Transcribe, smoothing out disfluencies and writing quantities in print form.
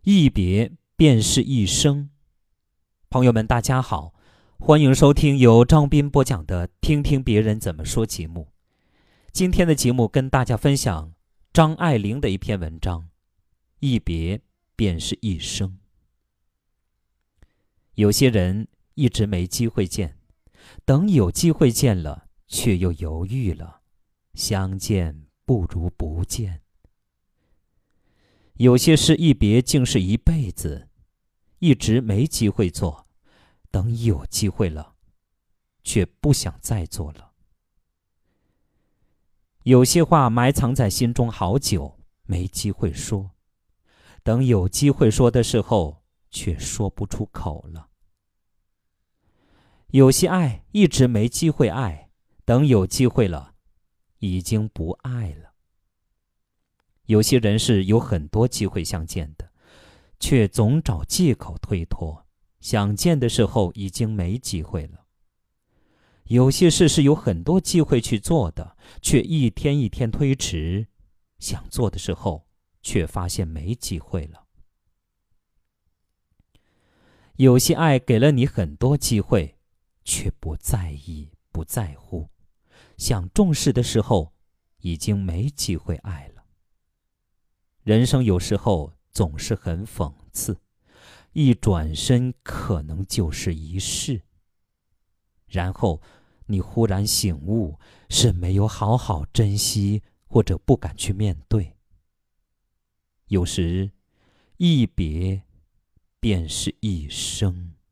一别便是一生。朋友们大家好，欢迎收听由张斌播讲的听听别人怎么说节目。今天的节目跟大家分享张爱玲的一篇文章，一别便是一生。有些人一直没机会见，等有机会见了却又犹豫了，相见不如不见。有些事一别竟是一辈子，一直没机会做，等有机会了却不想再做了。有些话埋藏在心中好久，没机会说，等有机会说的时候却说不出口了。有些爱一直没机会爱，等有机会了已经不爱了。有些人是有很多机会相见的，却总找借口推脱，想见的时候已经没机会了。有些事是有很多机会去做的，却一天一天推迟，想做的时候却发现没机会了。有些爱给了你很多机会，却不在意不在乎，想重视的时候已经没机会爱了。人生有时候总是很讽刺，一转身可能就是一世，然后你忽然醒悟，是没有好好珍惜，或者不敢去面对。有时一别便是一生。